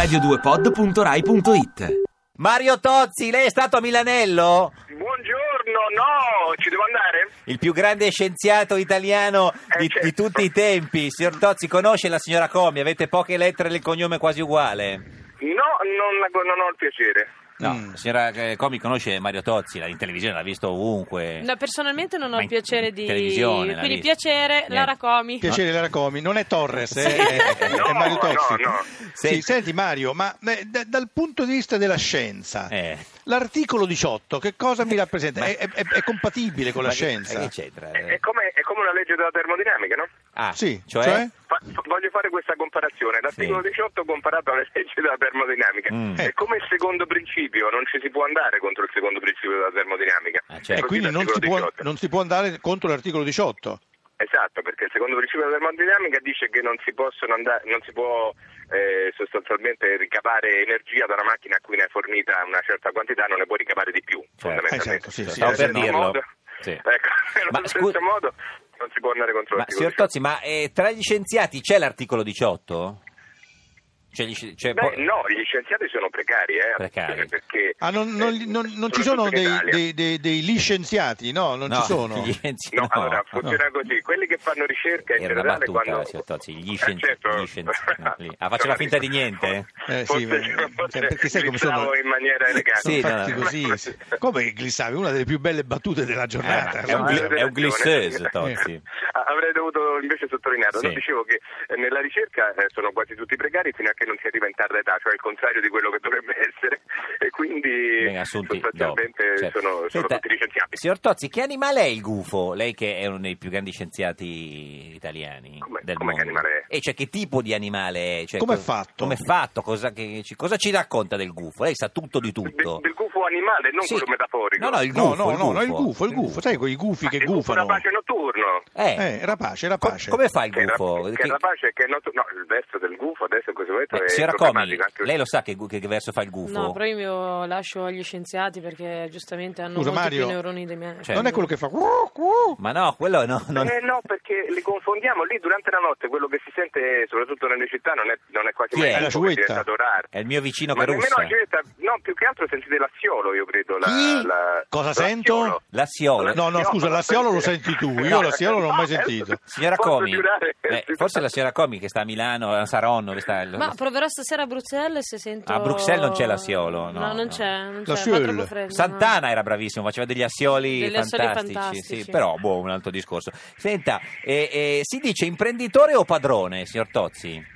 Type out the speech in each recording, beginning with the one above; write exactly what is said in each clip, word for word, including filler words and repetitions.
radio due pod punto rai punto it. Mario Tozzi, lei è stato a Milanello? Buongiorno, no, ci devo andare? Il più grande scienziato italiano Eh, di, certo. di tutti i tempi. Signor Tozzi, conosce la signora Comi? Avete poche lettere del cognome quasi uguale. No, non, non ho il piacere. No, Mm. la signora eh, Comi conosce Mario Tozzi, la in televisione l'ha visto ovunque. No, personalmente non ho Ma il in- piacere in di... televisione l'ha Quindi visto. piacere, Niente. Lara Comi. Piacere Lara Comi, non è Torres, eh, è, è- No, è Mario Tozzi. no, no. Sì, Sì. senti Mario, ma eh, da- dal punto di vista della scienza, Eh. l'articolo diciotto che cosa mi rappresenta? Ma- È, è- è compatibile con la Ma che- scienza? ma che c'entra? È come, è come una legge della termodinamica, no? Ah, Sì, cioè? cioè? Fa- fa- voglio fare questa comparazione. L'articolo Sì. diciotto comparato alle leggi della termodinamica. Mm. È come il secondo principio, non ci si può andare contro il secondo principio della termodinamica. Ah, certo. E Così quindi non si, l'articolo può, diciotto. non si può andare contro l'articolo diciotto. Esatto, perché il secondo principio della termodinamica dice che non si possono andare, non si può eh, sostanzialmente ricavare energia da una macchina a cui ne è fornita una certa quantità, non ne può ricavare di più, fondamentalmente. Esatto, sì, sì, Stavo sì, per sì, Nello dirlo. modo- Sì. Ecco, Ma nello scu- stesso modo non si può andare contro Ma l'articolo signor Tozzi, ma eh, tra gli scienziati c'è l'articolo diciotto? Cioè, gli sci- cioè, diciotto. po- Beh, no, gli scienziati sono precari, eh, Precari. perché Ah, non, non- eh, non- non ci sono soprattutto in dei, Italia. dei, dei- dei licenziati? No, non no, ci sono. gli scienziati, No, no, allora no. funziona così, quelli che fanno ricerca in Era una generale battuta, quando... signor Tozzi, gli Eh, scienziati, certo. gli scienziati, no, lì. Ah, faceva finta di niente? Eh, sì, Forse- ma- forse cioè, perché sai come sono? glissavo in maniera elegante. Sì, Sono no, fatti no. così. sì. Come glissavi? Una delle più belle battute della giornata. Eh, è un, no, gli- avete è un ragione. glisseuse, Tozzi. Ah, Avrei dovuto invece sottolinearlo. Sì. No, dicevo che eh, nella ricerca eh, sono quasi tutti precari fino a che non si arriva in tarda età, cioè il contrario di quello che dovrebbe essere, e quindi Venga, assunti dopo. sostanzialmente Certo. sono, sono Senta, tutti licenziati. Signor Tozzi, che animale è il gufo? Lei che è uno dei più grandi scienziati italiani Come- del come che mondo. animale è? E cioè che tipo di animale è? Cioè, Com'è co- fatto? Com'è fatto? Cosa, che ci, cosa ci racconta del gufo? Lei sa tutto di Del, tutto. del gufo animale, non Sì. quello metaforico. No, no, il No, gufo, no, il no, no, il gufo. gufo, il gufo, sai quei gufi che il gufo gufano. rapace notturno. Eh, Eh, rapace, co- rapace. come fa il Che, ra- gufo? che Che- rapace che è not- no, il verso del gufo adesso in questo momento Eh, è signora Comi, problematico anche- lei lo sa che, gu- che verso fa il gufo? No, però io mi lo lascio agli scienziati perché giustamente hanno Scusa, molti Mario, più neuroni dei miei. Cioè, Non è quello che fa. "Cuù, cuù". Ma no, quello no. Non... Eh no, perché li confondiamo lì durante la notte, quello che si sente soprattutto nelle città non è, non è quasi Chi mai è? il La gufo, è ciuetta. diventato raro. È il mio vicino Ma che nemmeno russa. la ciuetta, no, più che altro sentite l'assiolo, io credo. La, Chi? la- Cosa l'assiolo. sento? L'assiolo. No, no, scusa, l'assiolo lo senti tu, io l'assiolo non l'ho mai sentito. Signora Posso Comi, giurare? eh, forse la signora Comi che sta a Milano, a Saronno, dove sta il- Ma proverò stasera a Bruxelles se sento... A Bruxelles non c'è l'assiolo, no, No, non no. c'è, non La c'è, Fiole. fa troppo freddo. Sant'Ana era bravissimo, faceva degli assioli Degli assioli fantastici, fantastici. sì, però boh, un altro discorso. Senta, eh, eh, si dice imprenditore o padrone, signor Tozzi?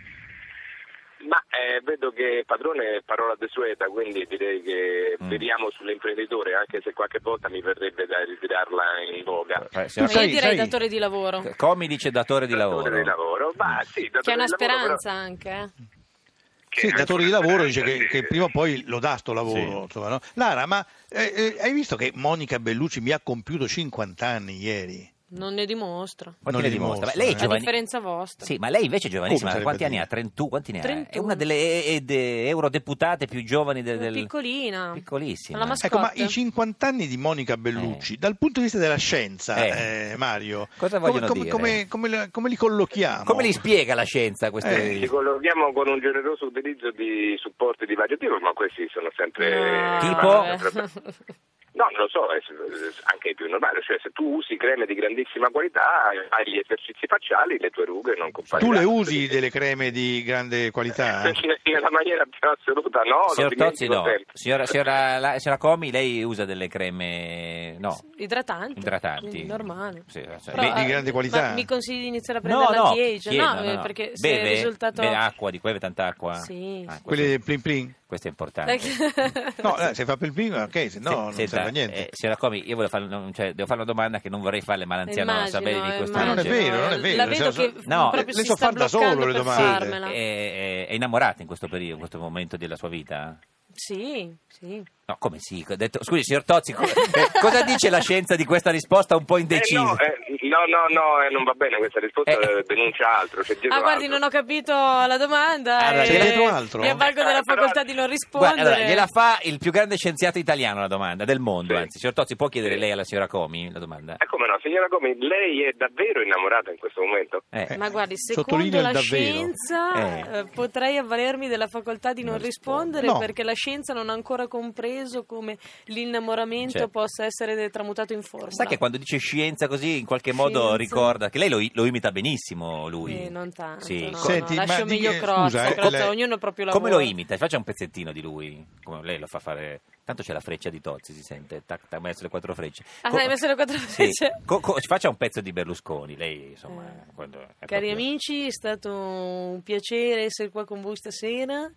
Ma eh, vedo che padrone è parola desueta, quindi direi che Mm. vediamo sull'imprenditore, anche se qualche volta mi verrebbe da ritirarla in voga. Eh, Ma signor sai- io direi sai- datore di lavoro. Comi dice datore di lavoro. Datore di lavoro, ma sì, datore Che è una di lavoro, speranza però- anche, eh. che Sì, è il datore anche di una lavoro dice speranza, che, sì. che prima o poi lo dà sto lavoro. Sì. Insomma, no? Lara, ma eh, eh, hai visto che Monica Bellucci mi ha compiuto cinquanta anni ieri? Non ne dimostra. Quanti Non ne li dimostra? dimostra, Lei è eh. A giovani- differenza vostra. Sì, ma lei invece è giovanissima. Come Quanti sarebbe anni ha? trentuno? Quanti ne ha? È trentuno. una delle eh, eh, eurodeputate più giovani del... del- Piccolina. Piccolissima. La mascotte. Ecco, ma i cinquanta anni di Monica Bellucci, dal punto di vista della scienza, Eh. eh, Mario, Cosa come- vogliono come, dire? come- come la- come li collochiamo? Come li spiega la scienza queste... Eh, Ci collochiamo con un generoso utilizzo di supporti di vario tipo, ma questi sono sempre... No, Tipo? vabbè. No, non lo so, è anche più normale, cioè se tu usi creme di grandissima qualità, fai gli esercizi facciali, le tue rughe non compariranno. Tu le usi delle creme di grande qualità? Nella maniera più assoluta, no. Signor non Tozzi dimentico no, sempre. signora, signora, la- signora Comi, lei usa delle creme, no, Idratanti. idratanti. Quindi normale. Sì, cioè, Però, Di- di eh, grande qualità? Ma mi consigli di iniziare a no, prendere no, l'anti-age? chiedo, No, eh, perché se beve, il risultato... beve acqua, di cui beve tanta acqua? Sì. Ah, questo, Quelle del plin plin? questo è importante. No, eh, se fa plin plin, ok, se no Se- non senta, serve a niente. eh, signora Comi, io volevo fare, non- cioè, devo fare una domanda che non vorrei farle, ma l'anziano non sa bene di Immagino, questo. Ma non è immagino. vero, non è vero, La le vedo so- che no, proprio le si so sta far da solo bloccando le per domande. farmela. È, è- è innamorata in questo periodo, in questo momento della sua vita? Sì, sì. No, come sì? Ho detto, scusi, signor Tozzi, co- eh, cosa dice la scienza di questa risposta un po' indecisa? Eh, no, eh, no, no, no, eh, non va bene questa risposta, Eh. eh, denuncia altro. C'è dietro Ah, guardi, altro. non ho capito la domanda. Allora, e c'è dietro altro? Mi avvalgo della Eh, però- facoltà di non Guarda, rispondere. allora, gliela fa il più grande scienziato italiano la domanda, del mondo, Sì. anzi. Signor Tozzi, può chiedere Sì. lei alla signora Comi la domanda? Eh, come no, signora Comi, lei è davvero innamorata in questo momento? Eh. Ma guardi, secondo Sottolineo il la davvero. scienza Eh. eh, potrei avvalermi della facoltà di non Non rispondere rispondere. No. perché la scienza non ha ancora compreso come l'innamoramento Certo. possa essere tramutato in formula. Sa che quando dice scienza così in qualche modo Scienza. ricorda che lei lo, lo imita benissimo lui. Eh, non tanto, Sì. no, Senti, no, lascio ma di- meglio eh, Crozza, scusa, eh, Crozza, lei- ognuno proprio Come lavoro. lo imita? Faccia un pezzettino di lui, come lei lo fa fare. Tanto c'è la freccia di Tozzi, si sente, tac, tac, ha messo le quattro frecce. Ah, Co- hai messo le quattro Sì. frecce? Co- co- faccia un pezzo di Berlusconi, lei insomma. Eh. quando è Cari proprio- amici, è stato un piacere essere qua con voi stasera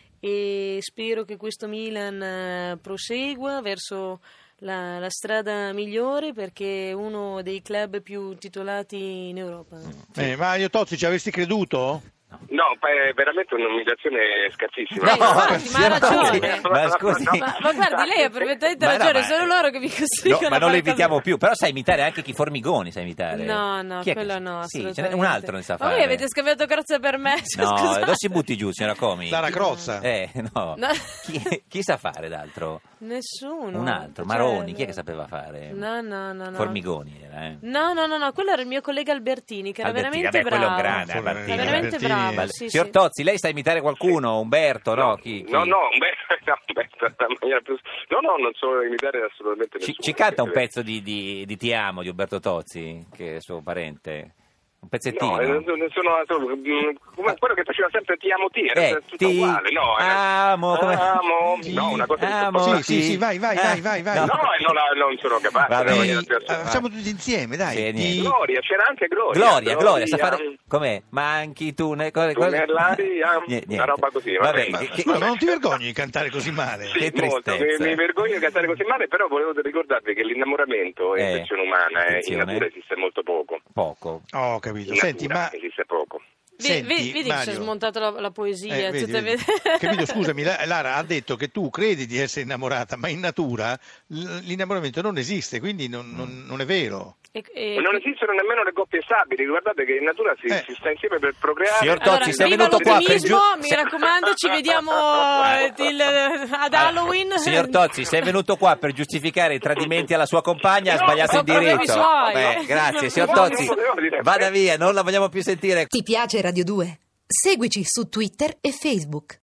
e spero che questo Milan eh, prosegua verso la, la strada migliore perché è uno dei club più titolati in Europa. Eh, Mario Tozzi, ci avresti creduto? No, pa- è veramente un'umiliazione scarsissima. Eh, infatti, ma ha signor Tozzi, ragione. ma scusi. Ma, ma guardi, lei ha perfettamente Ma no, ragione, ma- sono loro che mi No, costringono ma a non lo fare invitiamo cose- più, però sa imitare anche chi Formigoni, sa imitare. No, no, Chi è quello che- no, Sì, ce n'è assolutamente. un altro ne sa Ma fare. voi avete scambiato Crozza per me? Cioè, No, scusate. non si butti giù, signora Comi. Lara Crozza. Eh, no. No. Chi, chi sa fare d'altro? Nessuno. Un altro, Cioè, Maroni, chi è che sapeva fare? No, no, no, no. Formigoni era, eh? No, no, no, no, quello era il mio collega Albertini, che era Albertini, veramente vabbè, quello è un bravo. grande, Quello è Albertini. Era veramente Albertini. bravo, Ma- sì, Signor sì. Tozzi, lei sa imitare qualcuno? Umberto, no? Chi, chi? No, no, Umberto, no, Umberto, in maniera più... no, no, non so imitare assolutamente Ci, nessuno. ci canta un perché- pezzo di, di, di Ti amo di Umberto Tozzi, che è suo parente? Un pezzettino? No, eh, non sono, sono mm, come quello che faceva sempre Ti amo ti, era Eh, tutto ti uguale, no? era- amo, come- amo, Ti no, una cosa amo, che Sì, sì, sì, vai, vai, vai, vai, vai. no. No, e non, la- non sono capace. Va era bene. in maniera Di- diversa. ah, facciamo tutti insieme, dai. Sì, Di- niente. Gloria, c'era anche Gloria. Gloria, Gloria, sa Gloria, fare... Com'è? Manchi tu... Ne... Tu nell'aria, Niente, una roba così, va Vabbè, bene. Ma, che- che- scusa, ma non ti vergogni di cantare così male? Sì, Che molto, mi, tristezza. mi vergogno di cantare così male, però volevo ricordarvi che l'innamoramento è Eh, invenzione umana, eh, in attenzione. natura esiste molto poco. Poco. Oh, ho capito. In Senti, natura ma... esiste poco. Vedi, Senti, vedi, vedi che si è Mario. smontato la, la poesia. Eh, vedi, tutta- vedi. Capito, scusami, La- Lara ha detto che tu credi di essere innamorata, ma in natura l- l'innamoramento non esiste, quindi non, non- non è vero. E- e- E non esistono nemmeno le coppie stabili, guardate che in natura si, Eh. si sta insieme per procreare. Signor Allora, Tozzi, sei viva venuto qua per l'ottimismo, giu- mi raccomando, ci vediamo eh, il- ad Halloween. Signor Tozzi, sei venuto qua per giustificare i tradimenti alla sua compagna, ha No, sbagliato sono problemi indirizzo. suoi. Beh, grazie, signor No, Tozzi. non potevo dire Vada questo. via, non la vogliamo più sentire. Ti piace Radio due? Seguici su Twitter e Facebook.